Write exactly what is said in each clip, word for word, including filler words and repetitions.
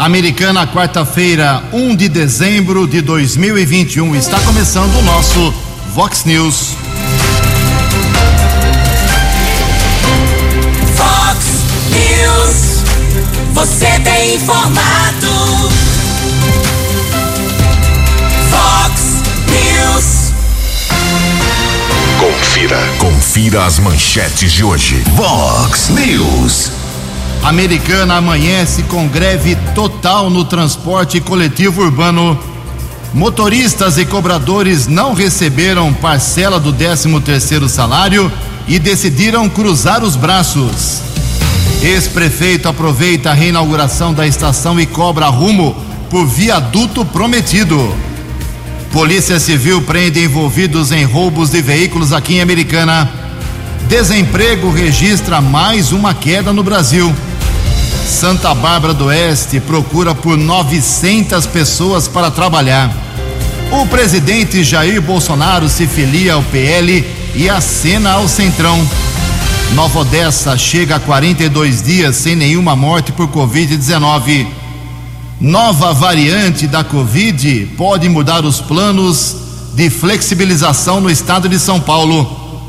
Americana, quarta-feira, um de dezembro de dois mil e vinte e um. Está começando o nosso Vox News. Vox News. Você bem informado. Vox News. Confira. Confira as manchetes de hoje. Vox News. Americana amanhece com greve total no transporte coletivo urbano. Motoristas e cobradores não receberam parcela do décimo terceiro salário e decidiram cruzar os braços. Ex-prefeito aproveita a reinauguração da estação e cobra rumo por viaduto prometido. Polícia Civil prende envolvidos em roubos de veículos aqui em Americana. Desemprego registra mais uma queda no Brasil. Santa Bárbara do Oeste procura por novecentas pessoas para trabalhar. O presidente Jair Bolsonaro se filia ao P L e acena ao Centrão. Nova Odessa chega a quarenta e dois dias sem nenhuma morte por covid dezenove. Nova variante da Covid pode mudar os planos de flexibilização no estado de São Paulo.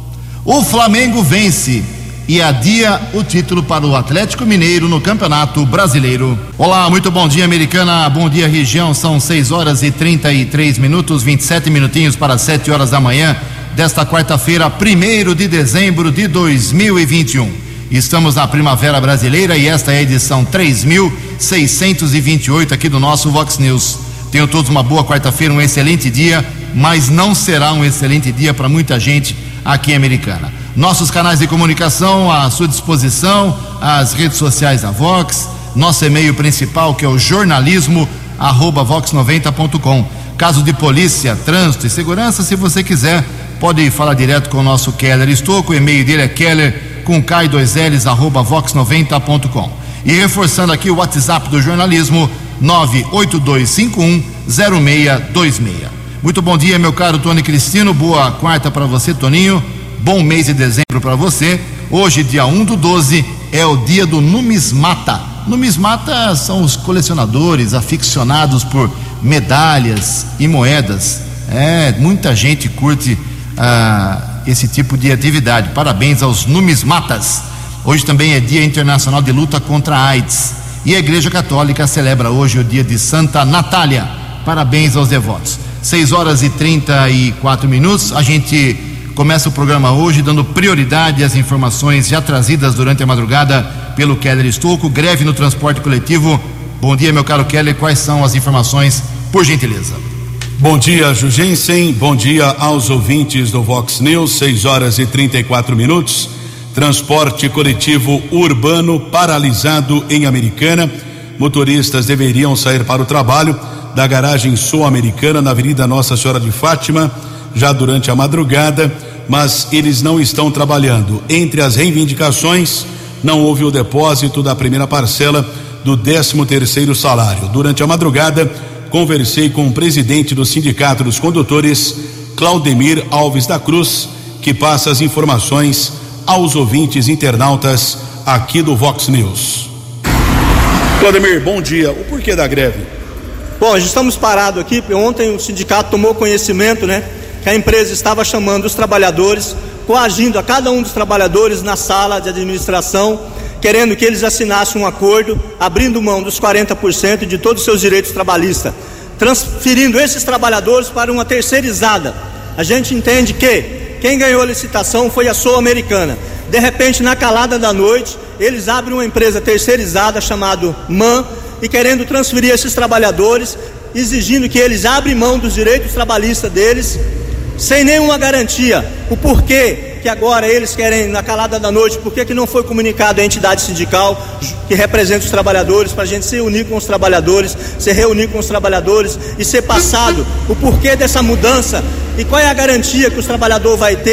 O Flamengo vence e adia o título para o Atlético Mineiro no Campeonato Brasileiro. Olá, muito bom dia, Americana, bom dia, região. São seis horas e trinta e três minutos, vinte e sete minutinhos para sete horas da manhã desta quarta-feira, primeiro de dezembro de dois mil e vinte e um. Estamos na Primavera Brasileira e esta é a edição três mil seiscentos e vinte e oito aqui do nosso Vox News. Tenham todos uma boa quarta-feira, um excelente dia, mas não será um excelente dia para muita gente aqui em Americana. Nossos canais de comunicação à sua disposição, as redes sociais da Vox, nosso e-mail principal que é o jornalismo arroba vox noventa ponto com. Caso de polícia, trânsito e segurança, se você quiser, pode falar direto com o nosso Keller Estouco, o e-mail dele é keller com k e dois l's arroba vox noventa ponto com. E reforçando aqui o WhatsApp do jornalismo nove oito dois cinco um zero seis dois seis. Muito bom dia, meu caro Tony Cristino, boa quarta para você, Toninho. Bom mês de dezembro para você. Hoje, dia um do doze, é o dia do numismata. Numismata são os colecionadores aficionados por medalhas e moedas. É, muita gente curte ah, esse tipo de atividade. Parabéns aos numismatas. Hoje também é Dia Internacional de Luta contra a AIDS. E a Igreja Católica celebra hoje o dia de Santa Natália. Parabéns aos devotos. seis horas e trinta e quatro minutos. A gente começa o programa hoje dando prioridade às informações já trazidas durante a madrugada pelo Keller Estouco. Greve no transporte coletivo. Bom dia, meu caro Keller. Quais são as informações, por gentileza? Bom dia, Jugensen. Bom dia aos ouvintes do Vox News. seis horas e trinta e quatro minutos. Transporte coletivo urbano paralisado em Americana. Motoristas deveriam sair para o trabalho da garagem Sul-Americana na Avenida Nossa Senhora de Fátima já durante a madrugada, mas eles não estão trabalhando. Entre as reivindicações, não houve o depósito da primeira parcela do décimo terceiro salário. Durante a madrugada, conversei com o presidente do Sindicato dos Condutores, Claudemir Alves da Cruz, que passa as informações aos ouvintes internautas aqui do Vox News. Claudemir, bom dia. O porquê da greve? Bom, estamos parados aqui, ontem o sindicato tomou conhecimento, né, que a empresa estava chamando os trabalhadores, coagindo a cada um dos trabalhadores na sala de administração, querendo que eles assinassem um acordo, abrindo mão dos quarenta por cento de todos os seus direitos trabalhistas, transferindo esses trabalhadores para uma terceirizada. A gente entende que quem ganhou a licitação foi a Sul-Americana. De repente, na calada da noite, eles abrem uma empresa terceirizada chamada M A N e querendo transferir esses trabalhadores, exigindo que eles abrem mão dos direitos trabalhistas deles, sem nenhuma garantia. O porquê que agora eles querem, na calada da noite, por que não foi comunicado à entidade sindical que representa os trabalhadores, para a gente se unir com os trabalhadores, se reunir com os trabalhadores e ser passado o porquê dessa mudança e qual é a garantia que os trabalhadores vai ter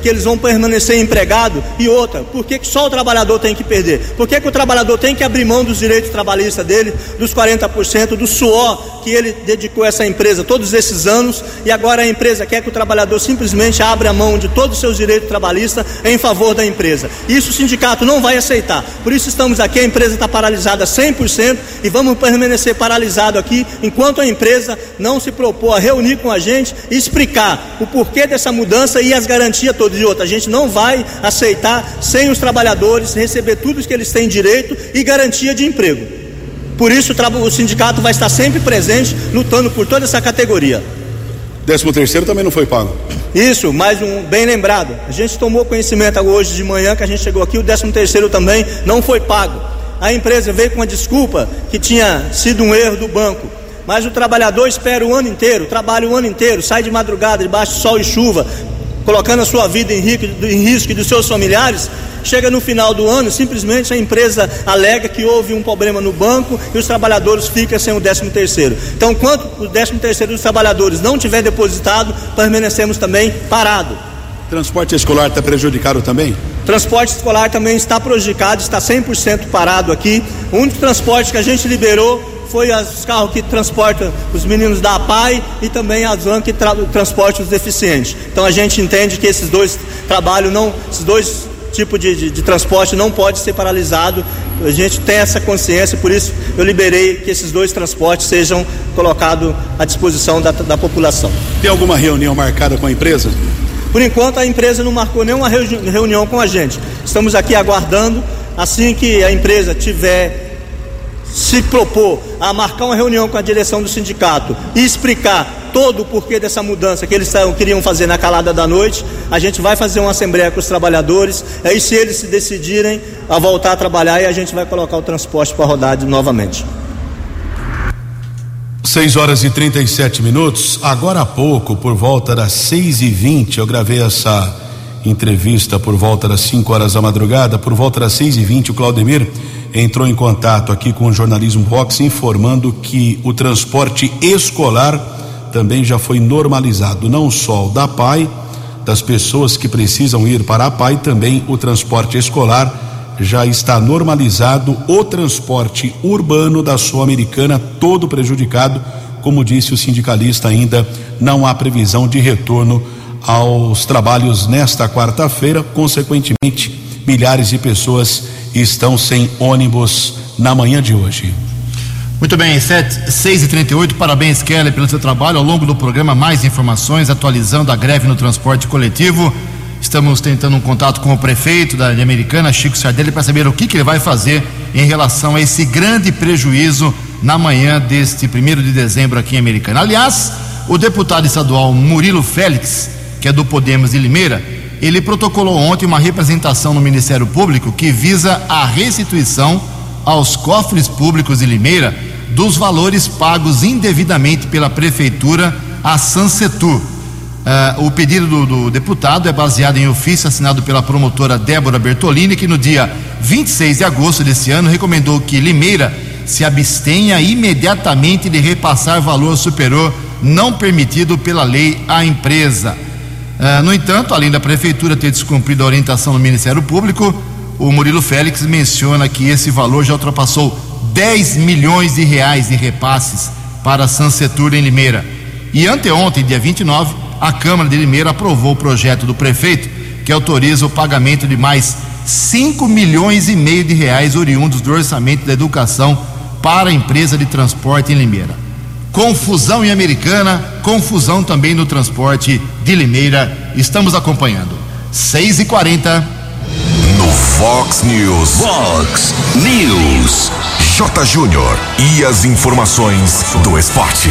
que eles vão permanecer empregados? E outra, por que, que só o trabalhador tem que perder? Por que, que o trabalhador tem que abrir mão dos direitos trabalhistas dele, dos quarenta por cento, do suor que ele dedicou a essa empresa todos esses anos, e agora a empresa quer que o trabalhador simplesmente abra mão de todos os seus direitos trabalhistas em favor da empresa? Isso o sindicato não vai aceitar. Por isso estamos aqui, a empresa está paralisada cem por cento e vamos permanecer paralisado aqui enquanto a empresa não se propor a reunir com a gente e explicar o porquê dessa mudança e as garantias todas. E outra, a gente não vai aceitar sem os trabalhadores receber tudo que eles têm direito e garantia de emprego. Por isso o sindicato vai estar sempre presente, lutando por toda essa categoria. Décimo terceiro também não foi pago. Isso, mais um bem lembrado. A gente tomou conhecimento hoje de manhã que a gente chegou aqui, o décimo terceiro também não foi pago. A empresa veio com uma desculpa que tinha sido um erro do banco, mas o trabalhador espera o ano inteiro, trabalha o ano inteiro, sai de madrugada, debaixo de sol e chuva, colocando a sua vida em risco, em risco e dos seus familiares. Chega no final do ano, simplesmente a empresa alega que houve um problema no banco e os trabalhadores ficam sem o décimo terceiro. Então, enquanto o décimo terceiro dos trabalhadores não tiver depositado, permanecemos também parados. Transporte escolar está prejudicado também? Transporte escolar também está prejudicado, está cem por cento parado aqui. O único transporte que a gente liberou foi os carros que transportam os meninos da A P A I e também as vans que tra- transportam os deficientes. Então a gente entende que esses dois trabalhos, não, esses dois tipos de, de, de transporte não pode ser paralisado. A gente tem essa consciência, por isso eu liberei que esses dois transportes sejam colocados à disposição da, da população. Tem alguma reunião marcada com a empresa? Por enquanto a empresa não marcou nenhuma reunião com a gente. Estamos aqui aguardando. Assim que a empresa tiver se propor a marcar uma reunião com a direção do sindicato e explicar todo o porquê dessa mudança que eles queriam fazer na calada da noite, a gente vai fazer uma assembleia com os trabalhadores, aí se eles se decidirem a voltar a trabalhar, aí a gente vai colocar o transporte para rodar novamente. seis horas e trinta e sete minutos. Agora há pouco, por volta das seis e vinte, eu gravei essa entrevista por volta das cinco horas da madrugada. Por volta das seis e vinte, o Claudemir entrou em contato aqui com o jornalismo Vox, informando que o transporte escolar também já foi normalizado, não só o da A P A I, das pessoas que precisam ir para a A P A I, também o transporte escolar já está normalizado. O transporte urbano da Sul-Americana todo prejudicado, como disse o sindicalista, ainda não há previsão de retorno aos trabalhos nesta quarta-feira. Consequentemente, milhares de pessoas estão sem ônibus na manhã de hoje. Muito bem, seis e trinta e oito, parabéns, Keller, pelo seu trabalho. Ao longo do programa, mais informações, atualizando a greve no transporte coletivo. Estamos tentando um contato com o prefeito da Americana, Chico Sardelli, para saber o que, que ele vai fazer em relação a esse grande prejuízo na manhã deste primeiro de dezembro aqui em Americana. Aliás, o deputado estadual Murilo Félix, que é do Podemos de Limeira, ele protocolou ontem uma representação no Ministério Público que visa a restituição aos cofres públicos de Limeira dos valores pagos indevidamente pela Prefeitura à Sansetur. Uh, o pedido do, do deputado é baseado em ofício assinado pela promotora Débora Bertolini, que no dia vinte e seis de agosto desse ano recomendou que Limeira se abstenha imediatamente de repassar valor superior não permitido pela lei à empresa. Uh, no entanto, além da Prefeitura ter descumprido a orientação do Ministério Público, o Murilo Félix menciona que esse valor já ultrapassou dez milhões de reais de repasses para a Sansetur em Limeira. E anteontem, dia vinte e nove, a Câmara de Limeira aprovou o projeto do prefeito que autoriza o pagamento de mais cinco milhões e meio de reais oriundos do orçamento da educação para a empresa de transporte em Limeira. Confusão em Americana, confusão também no transporte de Limeira. Estamos acompanhando. seis e quarenta. No Fox News. Fox News. J. Júnior e as informações do esporte.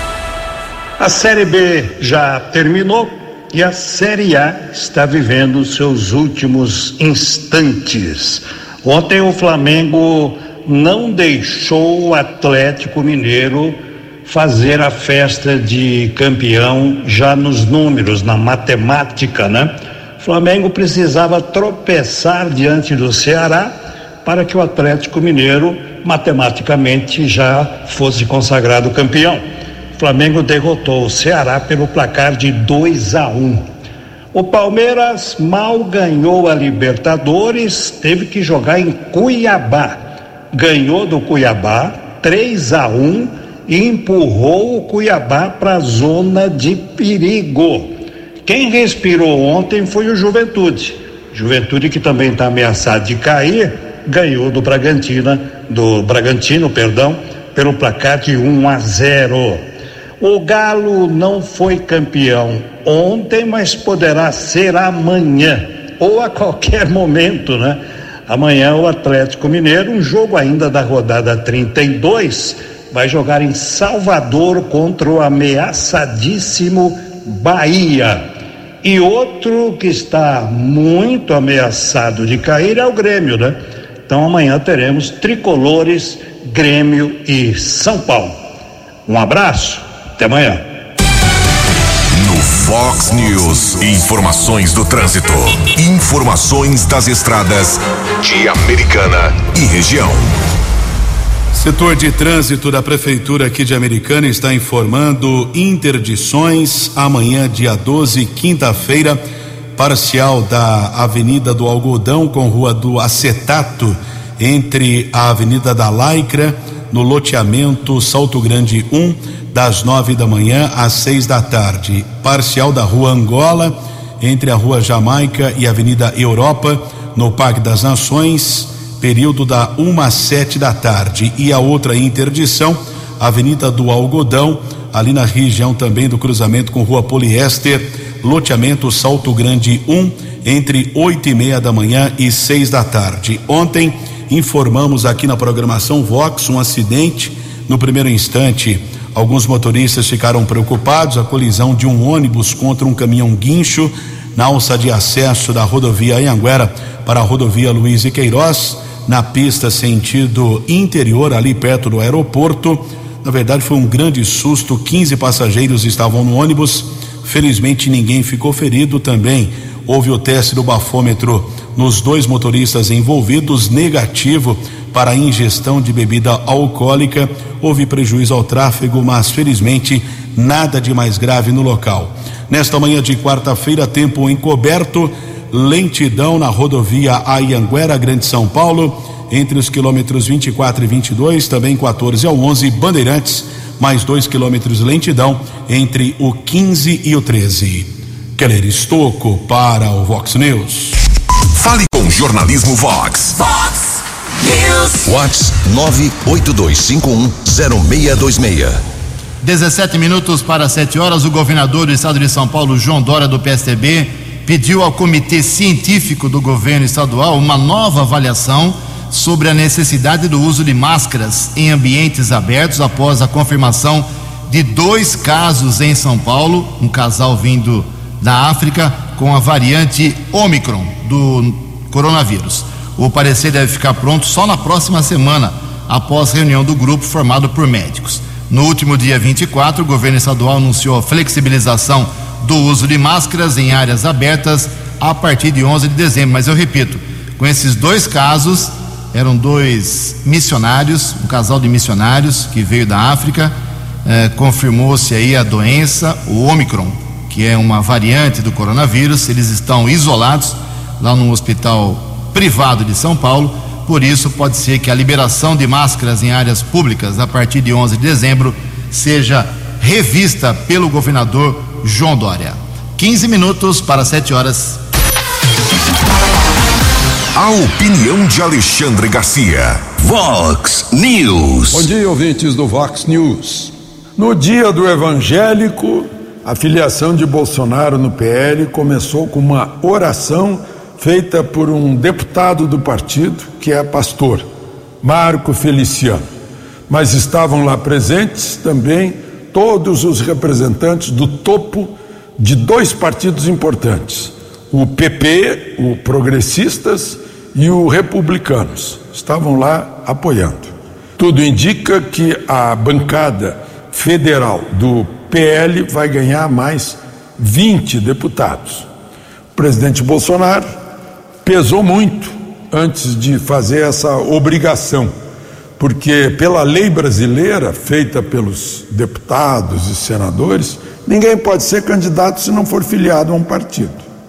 A Série B já terminou e a Série A está vivendo seus últimos instantes. Ontem o Flamengo não deixou o Atlético Mineiro fazer a festa de campeão já nos números, na matemática, né? O Flamengo precisava tropeçar diante do Ceará para que o Atlético Mineiro matematicamente já fosse consagrado campeão. O Flamengo derrotou o Ceará pelo placar de dois a um. O Palmeiras mal ganhou a Libertadores, teve que jogar em Cuiabá. Ganhou do Cuiabá três a um e empurrou o Cuiabá para a zona de perigo. Quem respirou ontem foi o Juventude. Juventude, que também está ameaçado de cair, ganhou do Bragantino, do Bragantino, perdão, pelo placar de um a zero. O Galo não foi campeão ontem, mas poderá ser amanhã, ou a qualquer momento, né? Amanhã o Atlético Mineiro, um jogo ainda da rodada trinta e dois, vai jogar em Salvador contra o ameaçadíssimo Bahia. E outro que está muito ameaçado de cair é o Grêmio, né? Então amanhã teremos tricolores, Grêmio e São Paulo. Um abraço. Até amanhã. No Fox News, informações do trânsito, informações das estradas de Americana e região. Setor de trânsito da Prefeitura aqui de Americana está informando interdições amanhã, dia doze, quinta-feira, parcial da Avenida do Algodão com Rua do Acetato, entre a Avenida da Laicra, no loteamento Salto Grande um, das nove da manhã às seis da tarde. Parcial da Rua Angola, entre a Rua Jamaica e a Avenida Europa, no Parque das Nações, período da uma às sete da tarde. E a outra interdição, Avenida do Algodão, ali na região também do cruzamento com Rua Poliéster, loteamento Salto Grande um, entre oito e meia da manhã e seis da tarde. Ontem informamos aqui na programação Vox um acidente. No primeiro instante, alguns motoristas ficaram preocupados, a colisão de um ônibus contra um caminhão guincho na alça de acesso da rodovia Anhanguera para a rodovia Luiz e Queiroz, na pista sentido interior, ali perto do aeroporto. Na verdade foi um grande susto, quinze passageiros estavam no ônibus, felizmente ninguém ficou ferido. Também houve o teste do bafômetro nos dois motoristas envolvidos, negativo para a ingestão de bebida alcoólica. Houve prejuízo ao tráfego, mas felizmente nada de mais grave no local. Nesta manhã de quarta-feira, tempo encoberto, lentidão na rodovia Anhanguera, Grande São Paulo, entre os quilômetros vinte e quatro e vinte e dois, também quatorze ao onze, Bandeirantes, mais dois quilômetros lentidão entre o quinze e o treze. Keller Estocco para o Vox News. Fale com Jornalismo Vox. Vox News. Vox nove oito dois cinco um zero seis dois seis. dezessete minutos para sete horas. O governador do estado de São Paulo, João Dória, do P S D B, pediu ao Comitê Científico do Governo Estadual uma nova avaliação sobre a necessidade do uso de máscaras em ambientes abertos após a confirmação de dois casos em São Paulo, um casal vindo da África com a variante Ômicron do coronavírus. O parecer deve ficar pronto só na próxima semana, após reunião do grupo formado por médicos. No último dia vinte e quatro, o governo estadual anunciou a flexibilização do uso de máscaras em áreas abertas a partir de onze de dezembro. Mas eu repito, com esses dois casos, eram dois missionários, um casal de missionários que veio da África, eh, confirmou-se aí a doença, o Ômicron, que é uma variante do coronavírus. Eles estão isolados lá no hospital privado de São Paulo. Por isso, pode ser que a liberação de máscaras em áreas públicas a partir de onze de dezembro seja revista pelo governador João Dória. quinze minutos para sete horas. A opinião de Alexandre Garcia. Vox News. Bom dia, ouvintes do Vox News. No dia do evangélico, a filiação de Bolsonaro no P L começou com uma oração feita por um deputado do partido, que é pastor, Marco Feliciano. Mas estavam lá presentes também todos os representantes do topo de dois partidos importantes, o P P, o Progressistas, e o Republicanos. Estavam lá apoiando. Tudo indica que a bancada federal do P L vai ganhar mais vinte deputados. O presidente Bolsonaro pesou muito antes de fazer essa obrigação, porque pela lei brasileira, feita pelos deputados e senadores, ninguém pode ser candidato se não for filiado a um partido.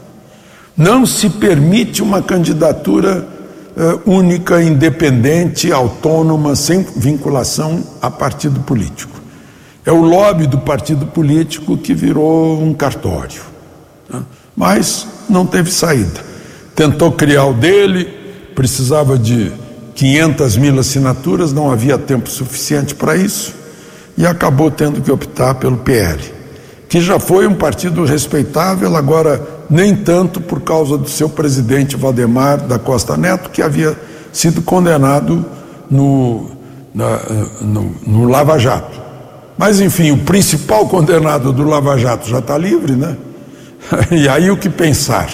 não se permite uma candidatura uh, única, independente, autônoma, sem vinculação a partido político. É o lobby do partido político que virou um cartório, né? Mas não teve saída. Tentou criar o dele, precisava de quinhentas mil assinaturas, não havia tempo suficiente para isso, e acabou tendo que optar pelo P L, que já foi um partido respeitável, agora nem tanto por causa do seu presidente Valdemar da Costa Neto, que havia sido condenado no, na, no, no Lava Jato. Mas enfim, o principal condenado do Lava Jato já está livre, né? E aí o que pensar?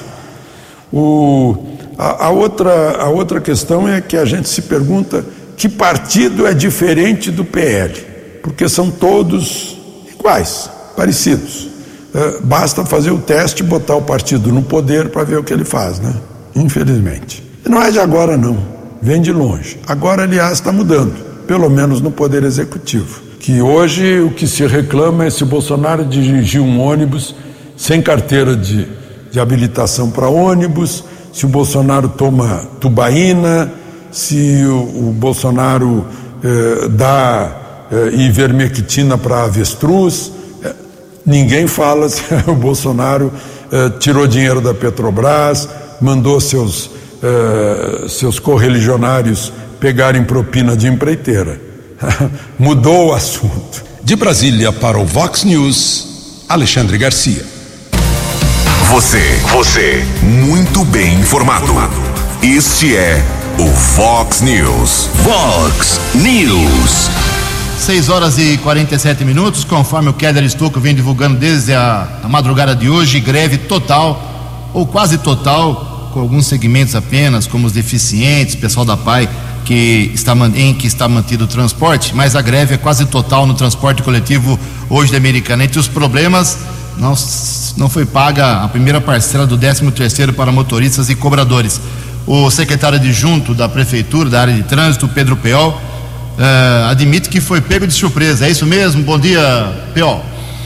O, a, a, outra, a outra questão é que a gente se pergunta que partido é diferente do P L, porque são todos iguais, parecidos. É, basta fazer o teste e botar o partido no poder para ver o que ele faz, né? Infelizmente. E não é de agora não, vem de longe. Agora, aliás, está mudando, pelo menos no poder executivo, que hoje o que se reclama é se o Bolsonaro dirigir um ônibus sem carteira de, de habilitação para ônibus, se o Bolsonaro toma tubaína, se o, o Bolsonaro eh, dá eh, ivermectina para avestruz. Eh, ninguém fala se o Bolsonaro eh, tirou dinheiro da Petrobras, mandou seus, eh, seus correligionários pegarem propina de empreiteira. Mudou o assunto. De Brasília para o Vox News, Alexandre Garcia. Você, você, muito bem informado. Este é o Vox News. Vox News. seis horas e quarenta e sete minutos, conforme o Keller Estocco vem divulgando desde a, a madrugada de hoje, greve total, ou quase total, com alguns segmentos apenas, como os deficientes, pessoal da P A I, que está, em que está mantido o transporte, mas a greve é quase total no transporte coletivo hoje da Americana. Entre os problemas, não, não foi paga a primeira parcela do décimo terceiro para motoristas e cobradores. O secretário adjunto da Prefeitura, da área de trânsito, Pedro Peol, uh, admite que foi pego de surpresa. É isso mesmo? Bom dia, Peol.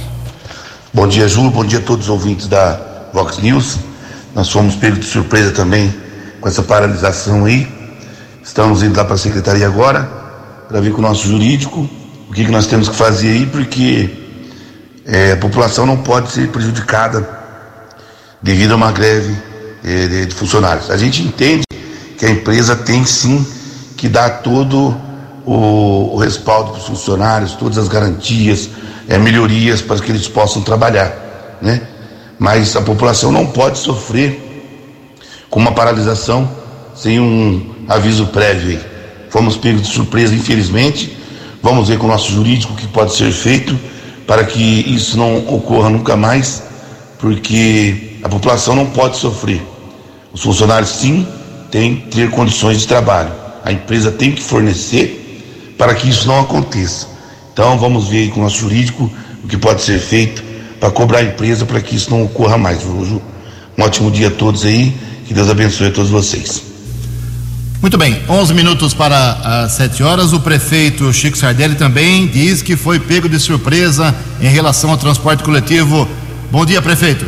Bom dia, Ju. Bom dia a todos os ouvintes da Vox News. Nós fomos pegos de surpresa também com essa paralisação aí. Estamos indo lá para a secretaria agora para ver com o nosso jurídico o que, que nós temos que fazer aí, porque é, a população não pode ser prejudicada devido a uma greve é, de, de funcionários. A gente entende que a empresa tem sim que dar todo o, o respaldo para os funcionários, todas as garantias, é, melhorias para que eles possam trabalhar, né? Mas a população não pode sofrer com uma paralisação sem um aviso prévio aí. Fomos pegos de surpresa, infelizmente. Vamos ver com o nosso jurídico o que pode ser feito para que isso não ocorra nunca mais, porque a população não pode sofrer. Os funcionários sim têm que ter condições de trabalho. A empresa tem que fornecer para que isso não aconteça. Então vamos ver aí com o nosso jurídico o que pode ser feito para cobrar a empresa para que isso não ocorra mais. Um ótimo dia a todos aí, que Deus abençoe a todos vocês. Muito bem, onze minutos para as sete horas. O prefeito Chico Sardelli também diz que foi pego de surpresa em relação ao transporte coletivo. Bom dia, prefeito.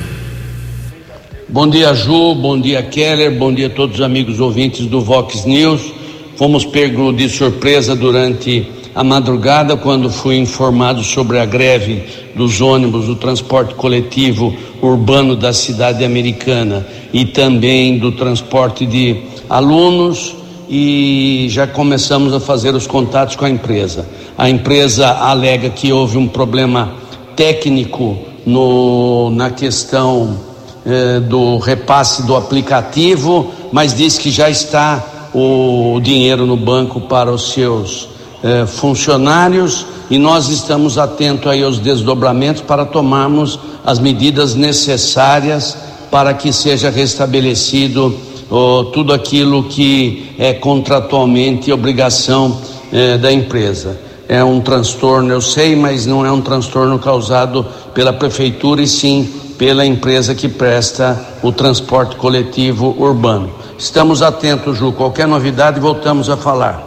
Bom dia, Ju, bom dia, Keller, bom dia a todos os amigos ouvintes do Vox News. Fomos pegos de surpresa durante a madrugada, quando fui informado sobre a greve dos ônibus do transporte coletivo urbano da cidade americana e também do transporte de alunos, e já começamos a fazer os contatos com a empresa. A empresa alega que houve um problema técnico no, na questão eh, do repasse do aplicativo, mas diz que já está o dinheiro no banco para os seus eh, funcionários, e nós estamos atentos aí aos desdobramentos para tomarmos as medidas necessárias para que seja restabelecido oh, tudo aquilo que é contratualmente obrigação eh, da empresa. É um transtorno, eu sei, mas não é um transtorno causado pela prefeitura, e sim pela empresa que presta o transporte coletivo urbano. Estamos atentos, Ju. Qualquer novidade, voltamos a falar.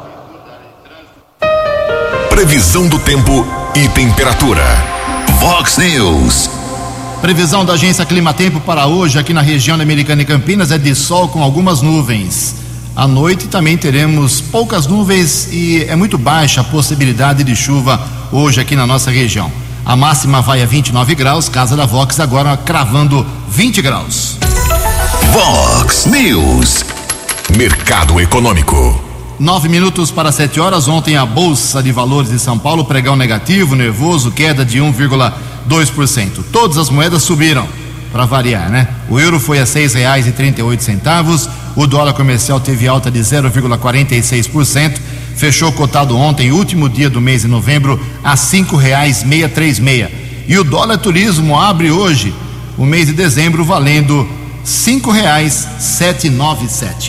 Previsão do tempo e temperatura. Vox News. Previsão da agência Climatempo para hoje aqui na região da Americana e Campinas é de sol com algumas nuvens. À noite também teremos poucas nuvens e é muito baixa a possibilidade de chuva hoje aqui na nossa região. A máxima vai a vinte e nove graus, Casa da Vox agora cravando vinte graus. Vox News, mercado econômico. Nove minutos para sete horas. Ontem a Bolsa de Valores de São Paulo, pregão negativo, nervoso, queda de um vírgula dois por cento. Todas as moedas subiram, para variar, né? O euro foi a seis reais e trinta e oito centavos, o dólar comercial teve alta de zero vírgula quarenta e seis por cento, fechou cotado ontem, último dia do mês de novembro, a cinco reais seiscentos e trinta e seis. E o dólar turismo abre hoje, o mês de dezembro, valendo cinco reais setecentos e noventa e sete.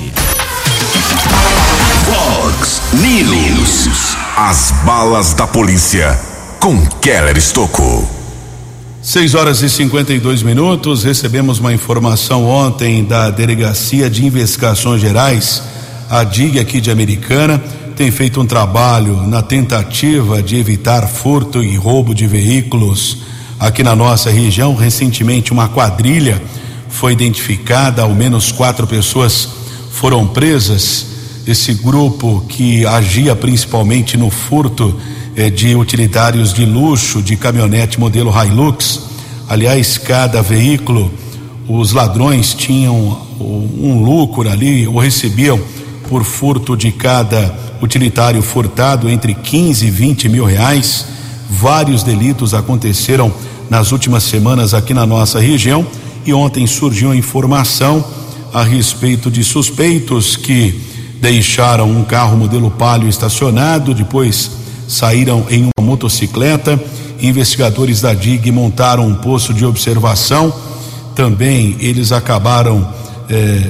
Vox News. As balas da polícia com Keller Estocco. seis horas e cinquenta e dois minutos. Recebemos uma informação ontem da Delegacia de Investigações Gerais, a D I G aqui de Americana, tem feito um trabalho na tentativa de evitar furto e roubo de veículos aqui na nossa região. Recentemente uma quadrilha foi identificada, ao menos quatro pessoas foram presas. Esse grupo que agia principalmente no furto eh, de utilitários de luxo, de caminhonete modelo Hilux. Aliás, cada veículo, os ladrões tinham um lucro ali, ou recebiam por furto de cada utilitário furtado entre quinze e vinte mil reais. Vários delitos aconteceram nas últimas semanas aqui na nossa região, e ontem surgiu a informação a respeito de suspeitos que deixaram um carro modelo Palio estacionado, depois saíram em uma motocicleta. Investigadores da D I G montaram um posto de observação. Também eles acabaram eh,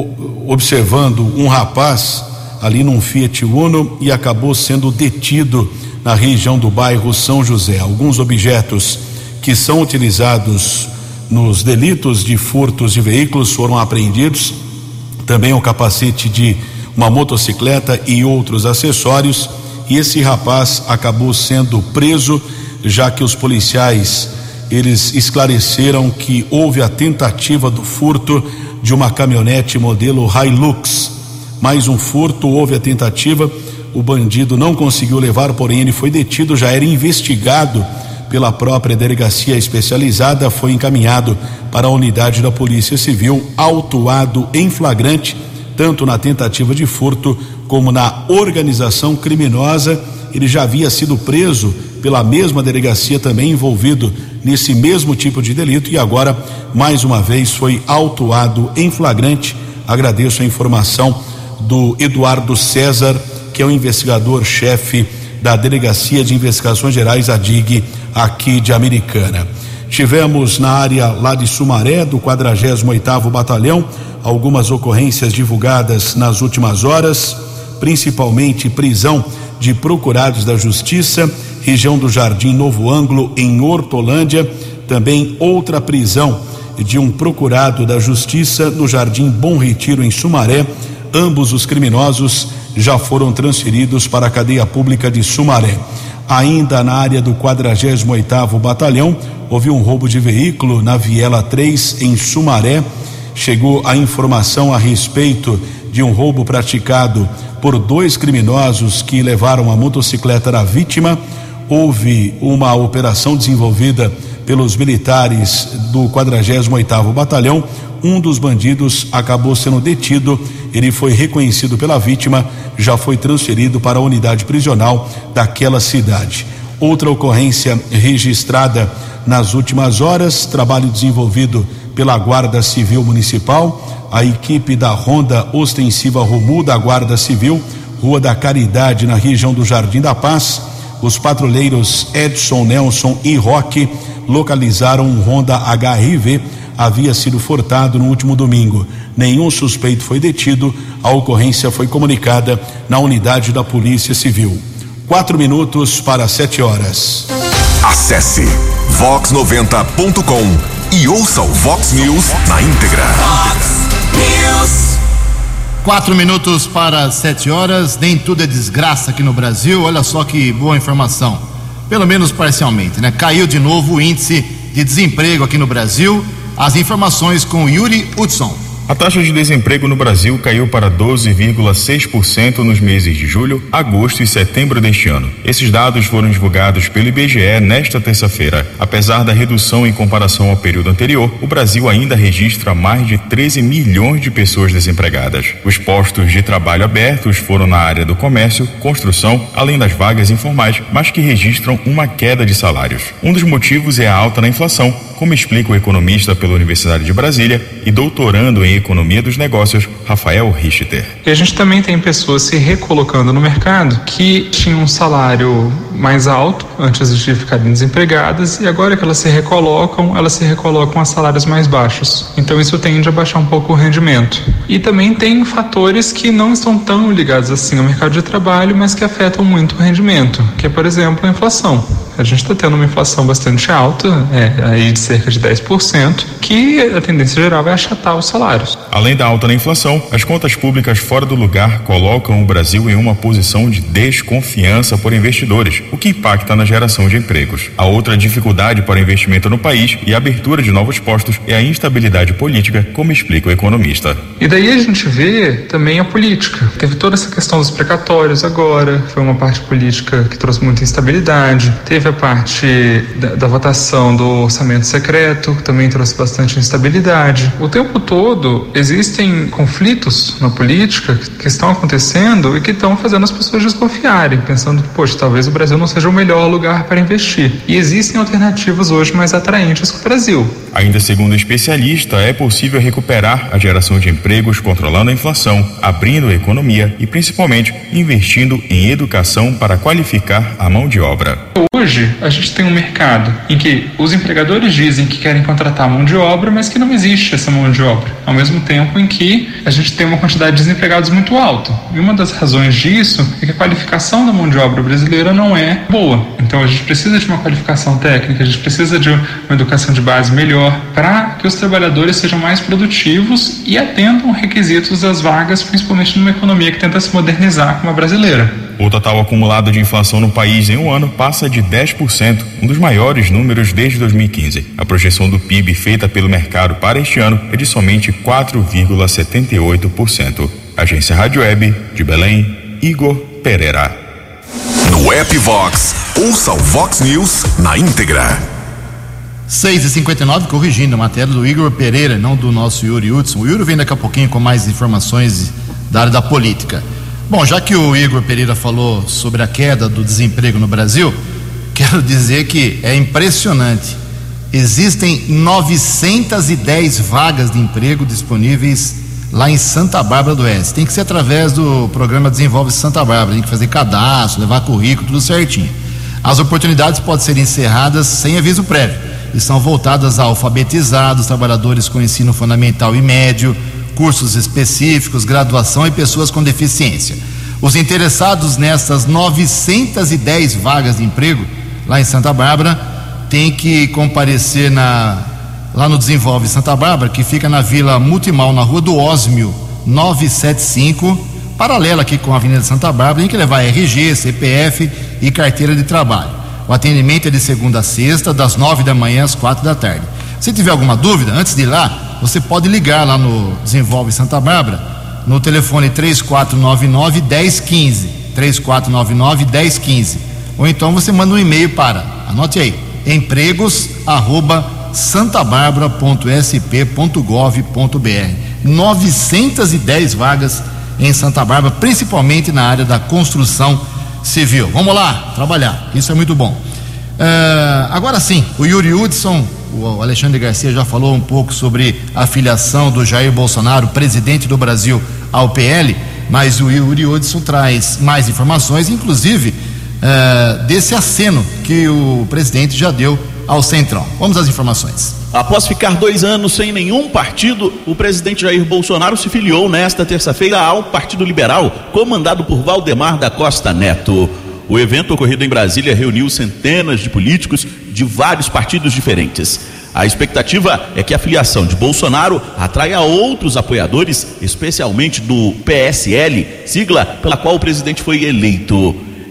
observando um rapaz ali num Fiat Uno e acabou sendo detido na região do bairro São José. Alguns objetos que são utilizados nos delitos de furtos de veículos foram apreendidos, também o capacete de uma motocicleta e outros acessórios, e esse rapaz acabou sendo preso, já que os policiais eles esclareceram que houve a tentativa do furto de uma caminhonete modelo Hilux. Mais um furto, houve a tentativa, o bandido não conseguiu levar, porém ele foi detido, já era investigado pela própria delegacia especializada, foi encaminhado para a unidade da Polícia Civil, autuado em flagrante, tanto na tentativa de furto como na organização criminosa. Ele já havia sido preso pela mesma delegacia, também envolvido nesse mesmo tipo de delito, e agora mais uma vez foi autuado em flagrante. Agradeço a informação do Eduardo César, que é o investigador-chefe da Delegacia de Investigações Gerais, a D I G, aqui de Americana. Tivemos na área lá de Sumaré, do quadragésimo oitavo Batalhão, algumas ocorrências divulgadas nas últimas horas, principalmente prisão de procurados da Justiça, região do Jardim Novo Ângulo, em Hortolândia. Também outra prisão de um procurado da Justiça no Jardim Bom Retiro, em Sumaré. Ambos os criminosos já foram transferidos para a cadeia pública de Sumaré. Ainda na área do quadragésimo oitavo Batalhão, houve um roubo de veículo na Viela três, em Sumaré. Chegou a informação a respeito de um roubo praticado por dois criminosos que levaram a motocicleta da vítima. Houve uma operação desenvolvida pelos militares do quadragésimo oitavo Batalhão. Um dos bandidos acabou sendo detido, ele foi reconhecido pela vítima, já foi transferido para a unidade prisional daquela cidade. Outra ocorrência registrada nas últimas horas, trabalho desenvolvido pela Guarda Civil Municipal, a equipe da Ronda Ostensiva Romu da Guarda Civil, Rua da Caridade, na região do Jardim da Paz. Os patrulheiros Edson, Nelson e Roque localizaram um Honda H R V, havia sido furtado no último domingo. Nenhum suspeito foi detido, a ocorrência foi comunicada na unidade da Polícia Civil. Quatro minutos para sete horas. Acesse vox noventa ponto com e ouça o Vox News na íntegra. Vox News. Quatro minutos para sete horas. Nem tudo é desgraça aqui no Brasil. Olha só que boa informação. Pelo menos parcialmente, né? Caiu de novo o índice de desemprego aqui no Brasil. As informações com Yuri Hudson. A taxa de desemprego no Brasil caiu para doze vírgula seis por cento nos meses de julho, agosto e setembro deste ano. Esses dados foram divulgados pelo I B G E nesta terça-feira. Apesar da redução em comparação ao período anterior, o Brasil ainda registra mais de treze milhões de pessoas desempregadas. Os postos de trabalho abertos foram na área do comércio, construção, além das vagas informais, mas que registram uma queda de salários. Um dos motivos é a alta na inflação, como explica o economista pela Universidade de Brasília e doutorando em Economia dos Negócios, Rafael Richter. E a gente também tem pessoas se recolocando no mercado que tinham um salário mais alto antes de ficarem desempregadas e agora que elas se recolocam, elas se recolocam a salários mais baixos. Então isso tende a baixar um pouco o rendimento. E também tem fatores que não estão tão ligados assim ao mercado de trabalho, mas que afetam muito o rendimento, que é, por exemplo, a inflação. A gente está tendo uma inflação bastante alta, é, aí de cerca de dez por cento, que a tendência geral é achatar os salários. Além da alta na inflação, as contas públicas fora do lugar colocam o Brasil em uma posição de desconfiança por investidores, o que impacta na geração de empregos. A outra dificuldade para o investimento no país e a abertura de novos postos é a instabilidade política, como explica o economista. E daí a gente vê também a política. Teve toda essa questão dos precatórios agora, foi uma parte política que trouxe muita instabilidade. Teve a parte da, da votação do orçamento secreto, que também trouxe bastante instabilidade. O tempo todo existem conflitos na política que estão acontecendo e que estão fazendo as pessoas desconfiarem, pensando que, poxa, talvez o Brasil não seja o melhor lugar para investir. E existem alternativas hoje mais atraentes que o Brasil. Ainda segundo o especialista, é possível recuperar a geração de empregos controlando a inflação, abrindo a economia e principalmente investindo em educação para qualificar a mão de obra. Hoje, a gente tem um mercado em que os empregadores dizem que querem contratar mão de obra, mas que não existe essa mão de obra. Ao mesmo tempo em que a gente tem uma quantidade de desempregados muito alta. E uma das razões disso é que a qualificação da mão de obra brasileira não é boa. Então a gente precisa de uma qualificação técnica, a gente precisa de uma educação de base melhor para que os trabalhadores sejam mais produtivos e atendam requisitos das vagas, principalmente numa economia que tenta se modernizar como a brasileira. O total acumulado de inflação no país em um ano passa de dez por cento, um dos maiores números desde dois mil e quinze. A projeção do P I B feita pelo mercado para este ano é de somente quatro vírgula setenta e oito por cento. Agência Rádio Web de Belém, Igor Pereira. No app Vox, ouça o Vox News na íntegra. seis e cinquenta e nove, corrigindo a matéria do Igor Pereira, não do nosso Yuri Hudson. O Yuri vem daqui a pouquinho com mais informações da área da política. Bom, já que o Igor Pereira falou sobre a queda do desemprego no Brasil, quero dizer que é impressionante. Existem novecentas e dez vagas de emprego disponíveis lá em Santa Bárbara do Oeste. Tem que ser através do programa Desenvolve Santa Bárbara, tem que fazer cadastro, levar currículo, tudo certinho. As oportunidades podem ser encerradas sem aviso prévio e são voltadas a alfabetizados, trabalhadores com ensino fundamental e médio, cursos específicos, graduação e pessoas com deficiência. Os interessados nessas novecentas e dez vagas de emprego lá em Santa Bárbara têm que comparecer na, lá no Desenvolve Santa Bárbara, que fica na Vila Multimal, na Rua do Ósmio, novecentos e setenta e cinco, paralela aqui com a Avenida Santa Bárbara. Tem que levar R G, C P F e carteira de trabalho. O atendimento é de segunda a sexta, das nove da manhã às quatro da tarde. Se tiver alguma dúvida, antes de ir lá, você pode ligar lá no Desenvolve Santa Bárbara, no telefone três quatro nove nove, um zero um cinco, três quatro nove nove, um zero um cinco, ou então você manda um e-mail para, anote aí, empregos arroba santabarbara ponto s p ponto gov ponto b r. novecentas e dez vagas em Santa Bárbara, principalmente na área da construção civil. Vamos lá, trabalhar, isso é muito bom. Uh, agora sim, o Yuri Hudson, o Alexandre Garcia já falou um pouco sobre a filiação do Jair Bolsonaro, presidente do Brasil, ao P L, mas o Yuri Hudson traz mais informações, inclusive uh, desse aceno que o presidente já deu ao Centrão. Vamos às informações. Após ficar dois anos sem nenhum partido, o presidente Jair Bolsonaro se filiou nesta terça-feira ao Partido Liberal, comandado por Valdemar da Costa Neto. O evento ocorrido em Brasília reuniu centenas de políticos de vários partidos diferentes. A expectativa é que a filiação de Bolsonaro atraia outros apoiadores, especialmente do P S L, sigla pela qual o presidente foi eleito.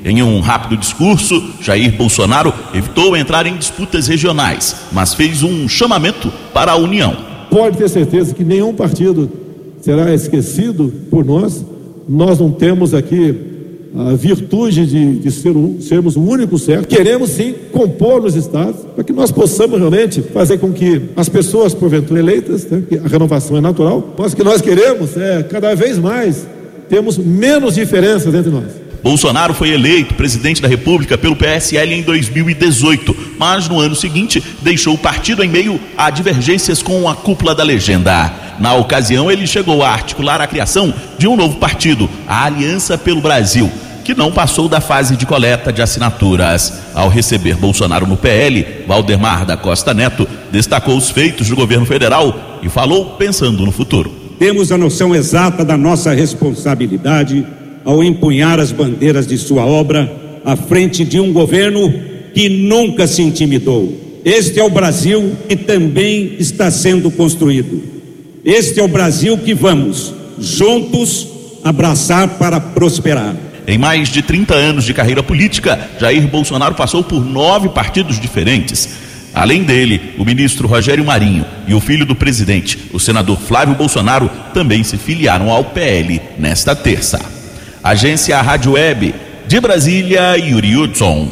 Em um rápido discurso, Jair Bolsonaro evitou entrar em disputas regionais, mas fez um chamamento para a união. Pode ter certeza que nenhum partido será esquecido por nós. Nós não temos aqui a virtude de, de ser um, sermos o único certo. Queremos sim compor nos estados para que nós possamos realmente fazer com que as pessoas porventura eleitas, né, que a renovação é natural, mas o que nós queremos é cada vez mais temos menos diferenças entre nós. Bolsonaro foi eleito presidente da República pelo P S L em dois mil e dezoito, mas no ano seguinte deixou o partido em meio a divergências com a cúpula da legenda. Na ocasião, ele chegou a articular a criação de um novo partido, a Aliança pelo Brasil, que não passou da fase de coleta de assinaturas. Ao receber Bolsonaro no P L, Valdemar da Costa Neto destacou os feitos do governo federal e falou pensando no futuro. Temos a noção exata da nossa responsabilidade ao empunhar as bandeiras de sua obra à frente de um governo que nunca se intimidou. Este é o Brasil que também está sendo construído. Este é o Brasil que vamos, juntos, abraçar para prosperar. Em mais de trinta anos de carreira política, Jair Bolsonaro passou por nove partidos diferentes. Além dele, o ministro Rogério Marinho e o filho do presidente, o senador Flávio Bolsonaro, também se filiaram ao P L nesta terça. Agência Rádio Web de Brasília, Yuri Hudson.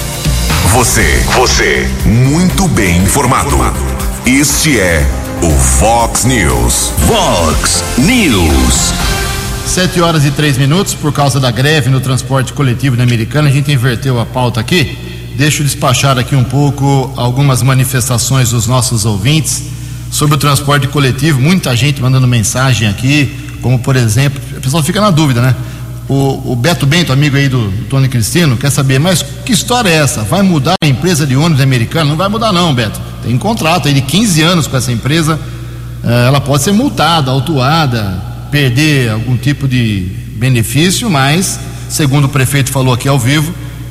Você, você, muito bem informado. Este é o Vox News. Vox News. Sete horas e três minutos, por causa da greve no transporte coletivo na Americana, a gente inverteu a pauta aqui. Deixa eu despachar aqui um pouco algumas manifestações dos nossos ouvintes sobre o transporte coletivo. Muita gente mandando mensagem aqui, como por exemplo, a pessoa fica na dúvida, né? O, o Beto Bento, amigo aí do, do Tony Cristino, quer saber, mas que história é essa? Vai mudar a empresa de ônibus americana? Não vai mudar não, Beto. Tem um contrato aí de quinze anos com essa empresa. Ela pode ser multada, autuada, perder algum tipo de benefício, mas, segundo o prefeito falou aqui ao vivo,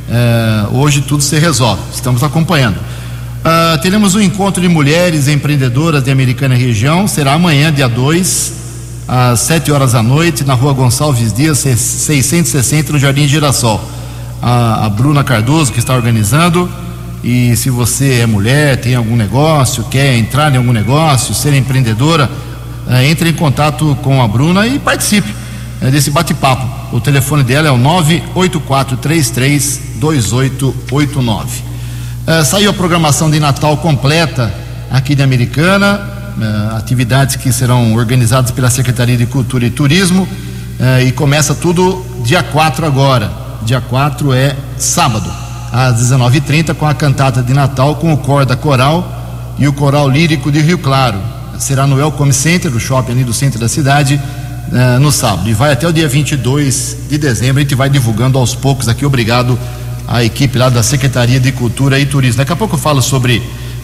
hoje tudo se resolve. Estamos acompanhando. Uh, teremos um encontro de mulheres empreendedoras de Americana e região. Será amanhã, dia dois, às sete horas da noite, na rua Gonçalves Dias, seiscentos e sessenta, no Jardim Girassol. A, a Bruna Cardoso que está organizando. E se você é mulher, tem algum negócio, quer entrar em algum negócio, ser empreendedora, uh, entre em contato com a Bruna e participe uh, desse bate-papo. O telefone dela é o nove oito quatro três três dois oito oito nove. Uh, saiu a programação de Natal completa aqui de Americana. Uh, atividades que serão organizadas pela Secretaria de Cultura e Turismo, uh, e começa tudo dia quatro agora. Dia quatro é sábado, às dezenove e trinta, com a cantata de Natal com o Corda Coral e o Coral Lírico de Rio Claro. Será no Welcome Center, do shopping ali do centro da cidade, uh, no sábado, e vai até o dia vinte e dois de dezembro. A gente vai divulgando aos poucos aqui. Obrigado à equipe lá da Secretaria de Cultura e Turismo. Daqui a pouco eu falo sobre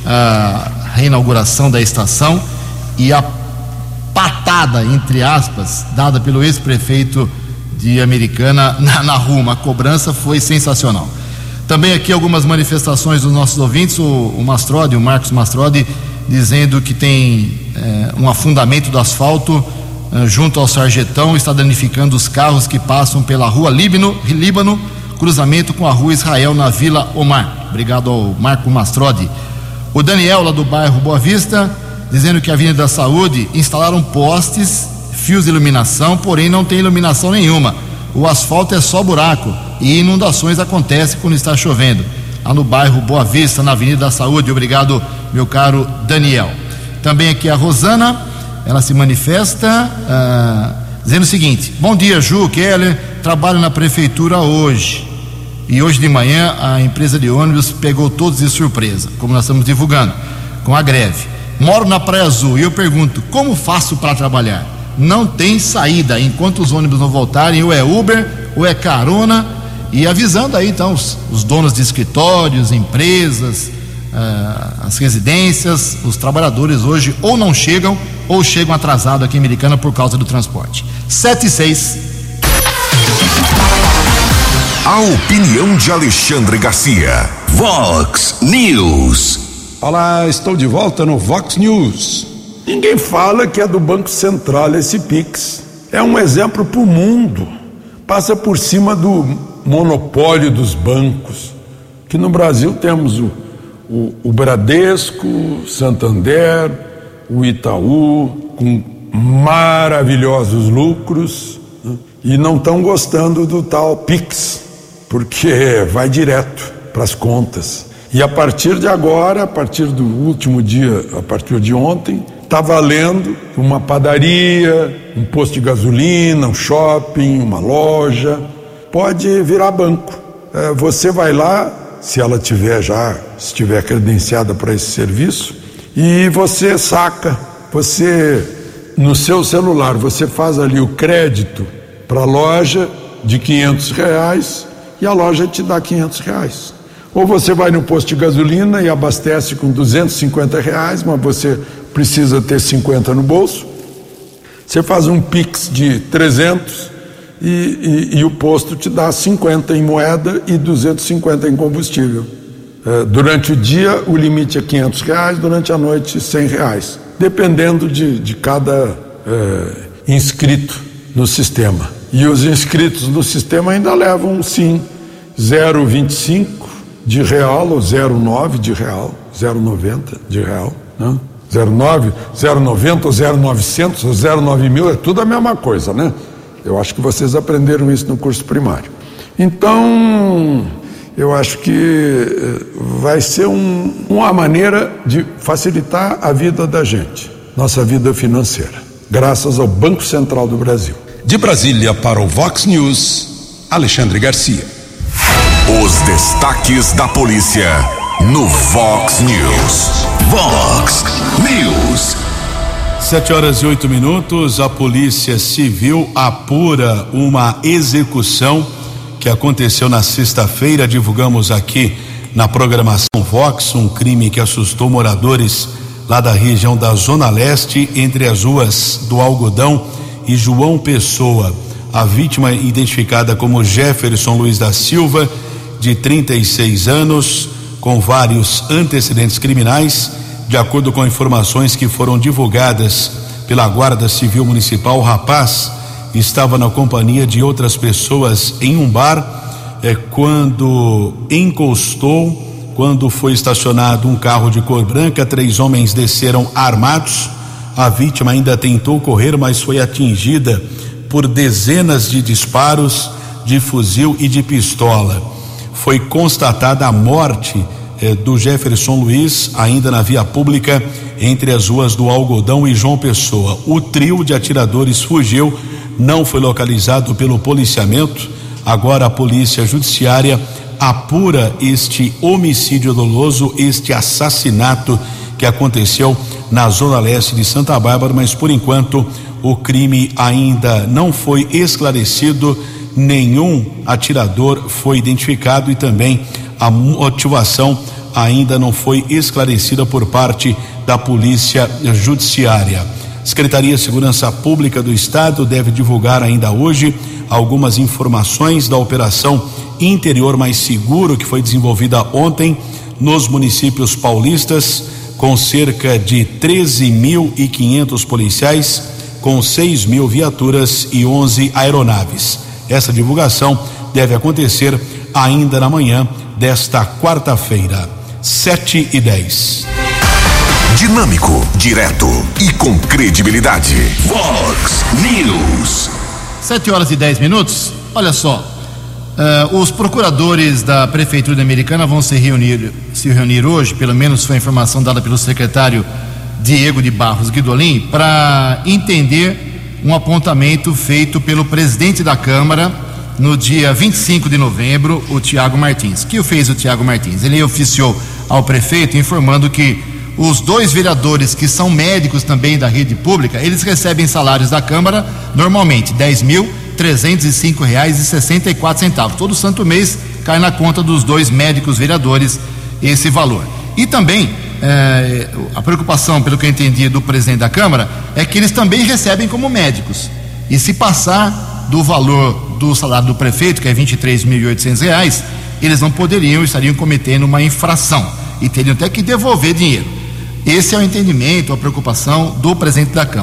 a reinauguração da estação e a patada, entre aspas, dada pelo ex-prefeito de Americana na, na rua. A cobrança foi sensacional. Também aqui algumas manifestações dos nossos ouvintes. O, o Mastrodi, o Marcos Mastrodi, dizendo que tem é, um afundamento do asfalto é, junto ao Sarjetão, está danificando os carros que passam pela rua Líbano, Líbano, cruzamento com a rua Israel na Vila Omar. Obrigado ao Marco Mastrodi. O Daniel, lá do bairro Boa Vista, dizendo que a Avenida da Saúde instalaram postes, fios de iluminação, porém não tem iluminação nenhuma. O asfalto é só buraco e inundações acontecem quando está chovendo. Lá no bairro Boa Vista, na Avenida da Saúde. Obrigado, meu caro Daniel. Também aqui a Rosana, ela se manifesta ah, dizendo o seguinte: bom dia, Ju, Keller, trabalho na prefeitura hoje. E hoje de manhã a empresa de ônibus pegou todos de surpresa, como nós estamos divulgando, com a greve. Moro na Praia Azul e eu pergunto, como faço para trabalhar? Não tem saída, enquanto os ônibus não voltarem, ou é Uber, ou é carona. E avisando aí então os, os donos de escritórios, empresas, uh, as residências, os trabalhadores hoje ou não chegam, ou chegam atrasados aqui em Americana por causa do transporte. sete e seis. A opinião de Alexandre Garcia. Vox News. Olá, estou de volta no Vox News. Ninguém fala que é do Banco Central esse Pix. É um exemplo para o mundo. passa por cima do monopólio dos bancos, que no Brasil temos o, o, o Bradesco, o Santander, o Itaú, com maravilhosos lucros, né? E não estão gostando do tal Pix, porque vai direto para as contas. E a partir de agora, a partir do último dia, a partir de ontem, está valendo uma padaria, um posto de gasolina, um shopping, uma loja, pode virar banco. É, você vai lá, se ela tiver já, estiver credenciada para esse serviço, e você saca, você, no seu celular, você faz ali o crédito para a loja de quinhentos reais e a loja te dá quinhentos reais. Ou você vai no posto de gasolina e abastece com duzentos e cinquenta reais, mas você precisa ter cinquenta no bolso. Você faz um Pix de trezentos e, e, e o posto te dá cinquenta em moeda e duzentos e cinquenta em combustível. É, durante o dia o limite é quinhentos reais, durante a noite cem reais, dependendo de, de cada é, inscrito no sistema. E os inscritos no sistema ainda levam, sim, zero vírgula vinte e cinco de real ou zero vírgula nove de real, zero vírgula noventa de real, né? zero vírgula nove, zero vírgula noventa ou zero vírgula novecentos ou zero vírgula nove mil, é tudo a mesma coisa, né? Eu acho que vocês aprenderam isso no curso primário. Então, eu acho que vai ser um, uma maneira de facilitar a vida da gente, nossa vida financeira, graças ao Banco Central do Brasil. De Brasília para o Vox News, Alexandre Garcia. Os destaques da polícia no Vox News. Vox News. Sete horas e oito minutos. A Polícia Civil apura uma execução que aconteceu na sexta-feira. Divulgamos aqui na programação Vox um crime que assustou moradores lá da região da Zona Leste, entre as ruas do Algodão e João Pessoa. A vítima, identificada como Jefferson Luiz da Silva, de trinta e seis anos, com vários antecedentes criminais. De acordo com informações que foram divulgadas pela Guarda Civil Municipal, o rapaz estava na companhia de outras pessoas em um bar é, quando encostou, quando foi estacionado um carro de cor branca. Três homens desceram armados. A vítima ainda tentou correr, mas foi atingida por dezenas de disparos de fuzil e de pistola. Foi constatada a morte eh, do Jefferson Luiz, ainda na via pública, entre as ruas do Algodão e João Pessoa. O trio de atiradores fugiu, não foi localizado pelo policiamento. Agora a Polícia Judiciária apura este homicídio doloso, este assassinato que aconteceu na Zona Leste de Santa Bárbara, mas por enquanto o crime ainda não foi esclarecido, nenhum atirador foi identificado e também a motivação ainda não foi esclarecida por parte da Polícia Judiciária. Secretaria de Segurança Pública do Estado deve divulgar ainda hoje algumas informações da Operação Interior Mais Seguro, que foi desenvolvida ontem nos municípios paulistas, com cerca de treze mil e quinhentos policiais, com seis mil viaturas e onze aeronaves. Essa divulgação deve acontecer ainda na manhã desta quarta-feira, sete e dez. Dinâmico, direto e com credibilidade. Vox News. Sete horas e dez minutos. Olha só, uh, os procuradores da Prefeitura Americana vão se reunir, se reunir hoje, pelo menos foi a informação dada pelo secretário Diego de Barros Guidolin, para entender um apontamento feito pelo presidente da Câmara no dia vinte e cinco de novembro, o Tiago Martins. O que fez o Tiago Martins? Ele oficiou ao prefeito informando que os dois vereadores que são médicos também da rede pública, eles recebem salários da Câmara normalmente dez mil trezentos e cinco reais e sessenta e quatro centavos. Todo santo mês cai na conta dos dois médicos vereadores esse valor. E também eh, a preocupação, pelo que eu entendi, do presidente da Câmara é que eles também recebem como médicos. E se passar do valor do salário do prefeito, que é vinte e três mil e oitocentos reais, eles não poderiam, estariam cometendo uma infração e teriam até que devolver dinheiro. Esse é o entendimento, a preocupação do presidente da Câmara.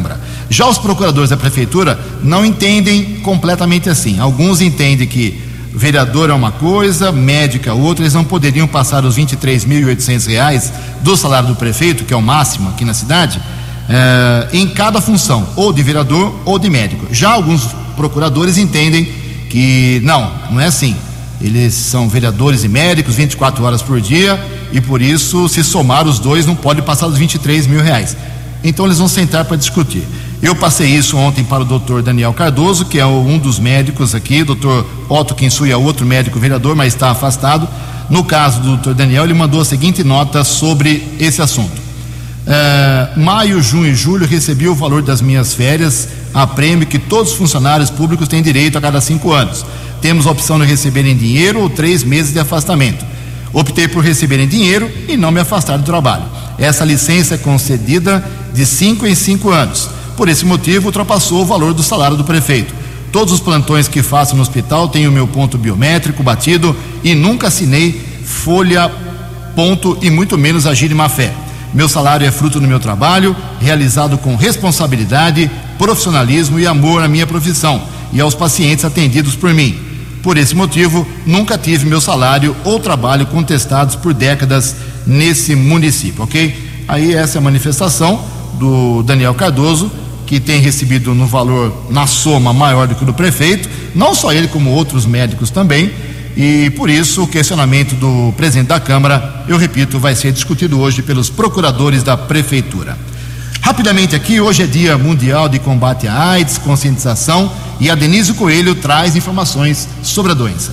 Já os procuradores da prefeitura não entendem completamente assim. Alguns entendem que vereador é uma coisa, médico é outra, eles não poderiam passar os vinte e três mil e oitocentos reais do salário do prefeito, que é o máximo aqui na cidade, eh, em cada função, ou de vereador ou de médico. Já alguns procuradores entendem que não, não é assim. Eles são vereadores e médicos vinte e quatro horas por dia e por isso, se somar os dois, não pode passar dos vinte e três mil reais. Então eles vão sentar para discutir. Eu passei isso ontem para o doutor Daniel Cardoso, que é um dos médicos aqui. O doutor Otto Kinsui é outro médico vereador, mas está afastado. No caso do doutor Daniel, ele mandou a seguinte nota sobre esse assunto. É, maio, junho e julho recebi o valor das minhas férias a prêmio que todos os funcionários públicos têm direito a cada cinco anos. Temos a opção de receber em dinheiro ou três meses de afastamento. Optei por receber em dinheiro e não me afastar do trabalho. Essa licença é concedida de cinco em cinco anos. Por esse motivo, ultrapassou o valor do salário do prefeito. Todos os plantões que faço no hospital têm o meu ponto biométrico batido e nunca assinei folha, ponto e muito menos agir de má fé. Meu salário é fruto do meu trabalho, realizado com responsabilidade, profissionalismo e amor à minha profissão e aos pacientes atendidos por mim. Por esse motivo, nunca tive meu salário ou trabalho contestados por décadas nesse município, ok? Aí essa é a manifestação do Daniel Cardoso, que tem recebido no valor, na soma, maior do que o do prefeito, não só ele, como outros médicos também, e por isso o questionamento do presidente da Câmara, eu repito, vai ser discutido hoje pelos procuradores da prefeitura. Rapidamente aqui, hoje é Dia Mundial de Combate à AIDS, conscientização, e a Denise Coelho traz informações sobre a doença.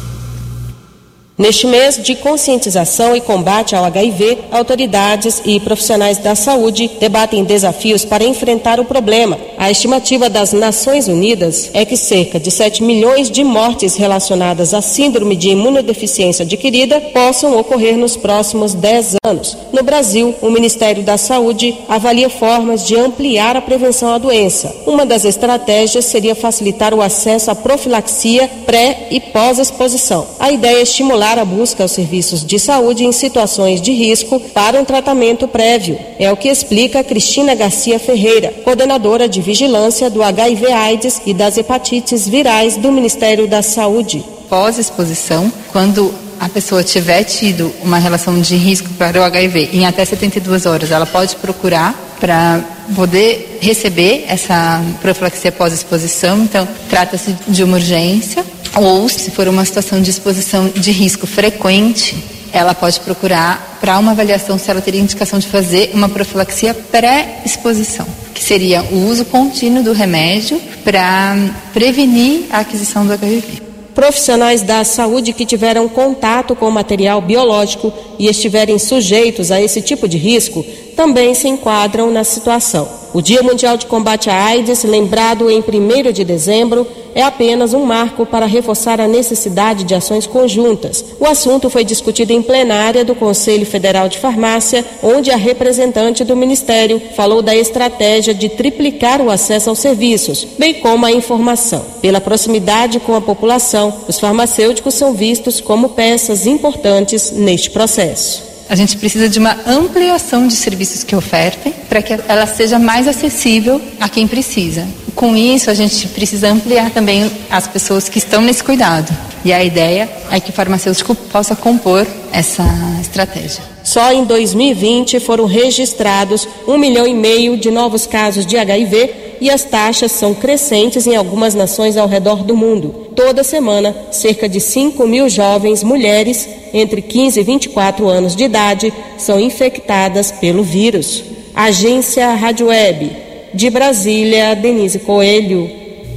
Neste mês de conscientização e combate ao H I V, autoridades e profissionais da saúde debatem desafios para enfrentar o problema. A estimativa das Nações Unidas é que cerca de sete milhões de mortes relacionadas à síndrome de imunodeficiência adquirida possam ocorrer nos próximos dez anos. No Brasil, o Ministério da Saúde avalia formas de ampliar a prevenção à doença. Uma das estratégias seria facilitar o acesso à profilaxia pré e pós-exposição. A ideia é estimular a busca aos serviços de saúde em situações de risco para um tratamento prévio. É o que explica Cristina Garcia Ferreira, coordenadora de vigilância do H I V AIDS e das hepatites virais do Ministério da Saúde. Pós-exposição, quando a pessoa tiver tido uma relação de risco para o H I V em até setenta e duas horas, ela pode procurar para poder receber essa profilaxia pós-exposição. Então, trata-se de uma urgência, ou se for uma situação de exposição de risco frequente, ela pode procurar para uma avaliação se ela teria indicação de fazer uma profilaxia pré-exposição, que seria o uso contínuo do remédio para prevenir a aquisição do H I V. Profissionais da saúde que tiveram contato com material biológico e estiverem sujeitos a esse tipo de risco também se enquadram na situação. O Dia Mundial de Combate à AIDS, lembrado em primeiro de dezembro, é apenas um marco para reforçar a necessidade de ações conjuntas. O assunto foi discutido em plenária do Conselho Federal de Farmácia, onde a representante do Ministério falou da estratégia de triplicar o acesso aos serviços, bem como a informação. Pela proximidade com a população, os farmacêuticos são vistos como peças importantes neste processo. A gente precisa de uma ampliação de serviços que ofertem para que ela seja mais acessível a quem precisa. Com isso, a gente precisa ampliar também as pessoas que estão nesse cuidado. E a ideia é que o farmacêutico possa compor essa estratégia. Só em dois mil e vinte foram registrados um milhão e meio de novos casos de H I V e as taxas são crescentes em algumas nações ao redor do mundo. Toda semana, cerca de cinco mil jovens mulheres entre quinze e vinte e quatro anos de idade são infectadas pelo vírus. Agência Rádio Web. De Brasília, Denise Coelho.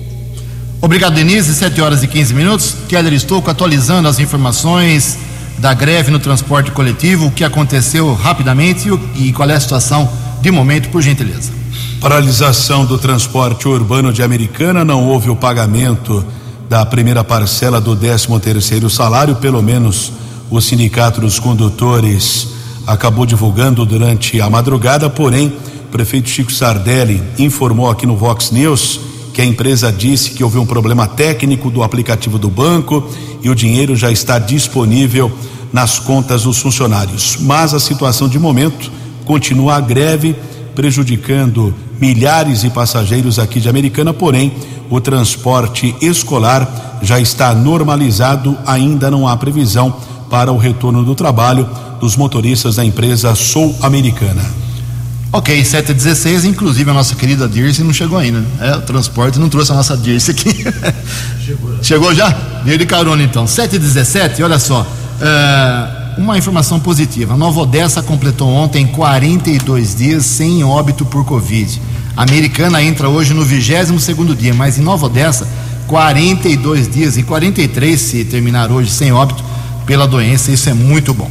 Obrigado, Denise. sete horas e quinze minutos. Keller Estouco atualizando as informações da greve no transporte coletivo, o que aconteceu rapidamente e qual é a situação de momento, por gentileza. Paralisação do transporte urbano de Americana, não houve o pagamento da primeira parcela do décimo terceiro salário, pelo menos o Sindicato dos Condutores acabou divulgando durante a madrugada, porém o prefeito Chico Sardelli informou aqui no Vox News que a empresa disse que houve um problema técnico do aplicativo do banco e o dinheiro já está disponível nas contas dos funcionários. Mas a situação de momento continua a greve, prejudicando milhares de passageiros aqui de Americana, porém o transporte escolar já está normalizado, ainda não há previsão para o retorno do trabalho dos motoristas da empresa Sul-Americana. Ok, sete e dezesseis, inclusive a nossa querida Dirce não chegou ainda, né? É, o transporte não trouxe a nossa Dirce aqui. Chegou. Chegou já? Veio de carona então. sete e dezessete, olha só, uh, uma informação positiva. Nova Odessa completou ontem quarenta e dois dias sem óbito por Covid. A Americana entra hoje no vigésimo segundo dia, mas em Nova Odessa, quarenta e dois dias e quarenta e três se terminar hoje sem óbito pela doença, isso é muito bom.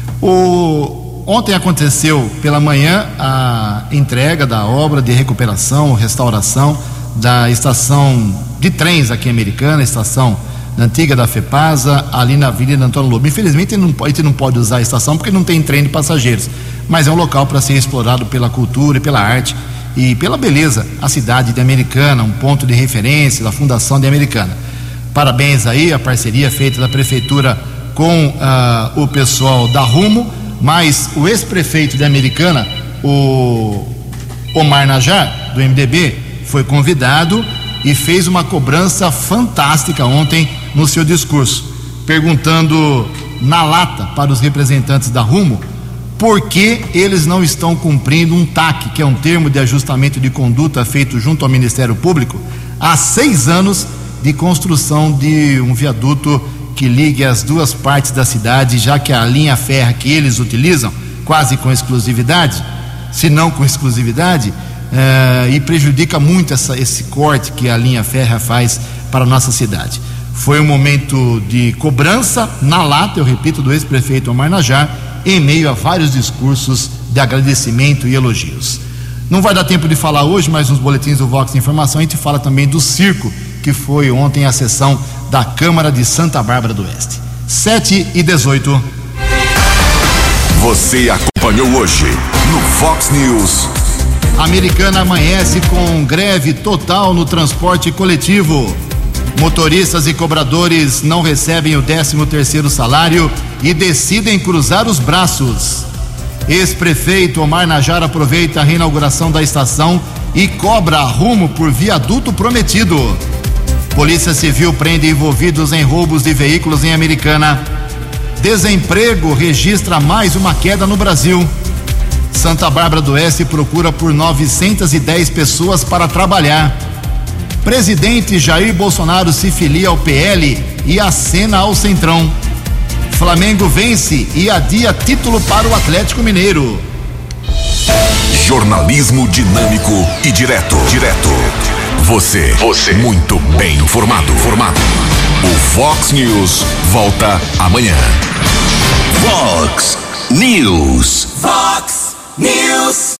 O Ontem aconteceu pela manhã a entrega da obra de recuperação, restauração da estação de trens aqui em Americana, estação antiga da FEPASA, ali na Avenida Antônio Lobo. Infelizmente a gente não pode usar a estação porque não tem trem de passageiros, mas é um local para ser explorado pela cultura e pela arte e pela beleza, a cidade de Americana, um ponto de referência da Fundação de Americana. Parabéns aí, a parceria feita da Prefeitura com uh, o pessoal da Rumo. Mas o ex-prefeito de Americana, o Omar Najar, do M D B, foi convidado e fez uma cobrança fantástica ontem no seu discurso, perguntando na lata para os representantes da Rumo por que eles não estão cumprindo um T A C, que é um termo de ajustamento de conduta feito junto ao Ministério Público, há seis anos de construção de um viaduto que ligue as duas partes da cidade, já que a linha férrea que eles utilizam, quase com exclusividade, se não com exclusividade, eh, e prejudica muito essa, esse corte que a linha férrea faz para a nossa cidade. Foi um momento de cobrança na lata, eu repito, do ex-prefeito Omar Najar, em meio a vários discursos de agradecimento e elogios. Não vai dar tempo de falar hoje, mas nos boletins do Vox Informação a gente fala também do circo, que foi ontem a sessão da Câmara de Santa Bárbara do Oeste. sete e dezoito. Você acompanhou hoje no Vox News. Americana amanhece com greve total no transporte coletivo. Motoristas e cobradores não recebem o décimo terceiro salário e decidem cruzar os braços. Ex-prefeito Omar Najar aproveita a reinauguração da estação e cobra a Rumo por viaduto prometido. Polícia Civil prende envolvidos em roubos de veículos em Americana. Desemprego registra mais uma queda no Brasil. Santa Bárbara do Oeste procura por novecentas e dez pessoas para trabalhar. Presidente Jair Bolsonaro se filia ao P L e acena ao Centrão. Flamengo vence e adia título para o Atlético Mineiro. Jornalismo dinâmico e direto. Direto. Você. Você. Muito bem informado. Formado. O Vox News volta amanhã. Vox News. Vox News.